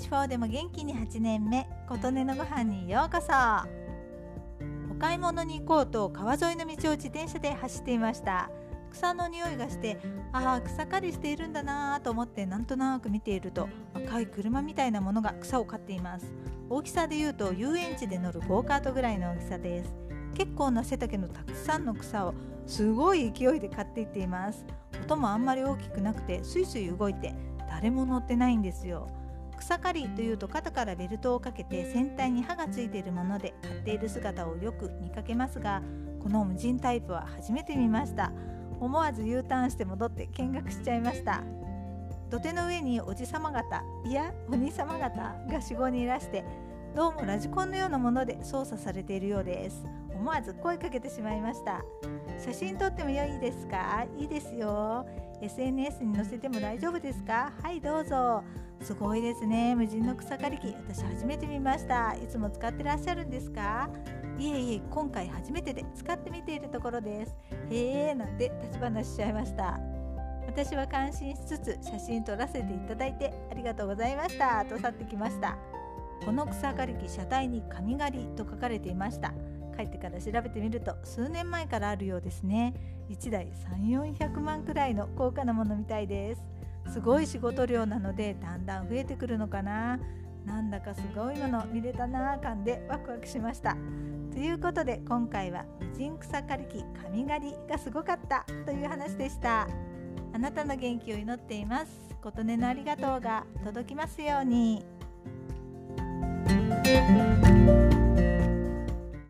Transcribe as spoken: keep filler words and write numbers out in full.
フォーでも元気にはちねんめ、琴音のご飯にようこそ。お買い物に行こうと川沿いの道を自転車で走っていました。草の匂いがして、ああ草刈りしているんだなと思ってなんとなく見ていると、赤い車みたいなものが草を刈っています。大きさでいうと遊園地で乗るゴーカートぐらいの大きさです。結構な背丈のたくさんの草をすごい勢いで刈っていっています。音もあんまり大きくなくてスイスイ動いて誰も乗ってないんですよ。草刈りというと肩からベルトをかけて先端に刃がついているもので刈っている姿をよく見かけますが、この無人タイプは初めて見ました。思わず U ターンして戻って見学しちゃいました。土手の上におじさま方、いやお兄様方が よんごにいらして、どうもラジコンのようなもので操作されているようです。思わず声かけてしまいました。写真撮ってもよいですか？いいですよ。 エスエヌエス に載せても大丈夫ですか？はいどうぞ。すごいですね、無人の草刈り機。私初めて見ました。いつも使ってらっしゃるんですか？いえいえ、今回初めてで使ってみているところです。へーなんて立ち話しちゃいました。私は感心しつつ写真撮らせていただいてありがとうございましたと去ってきました。この草刈り機、車体に神刈りと書かれていました。帰ってから調べてみると数年前からあるようですね。いちだいさんびゃく、よんひゃくまんくらいの高価なものみたいです。すごい仕事量なのでだんだん増えてくるのかな。なんだかすごいもの見れたな感でワクワクしました。ということで今回は無人草刈り機神刈りがすごかったという話でした。あなたの元気を祈っています。琴音のありがとうが届きますように。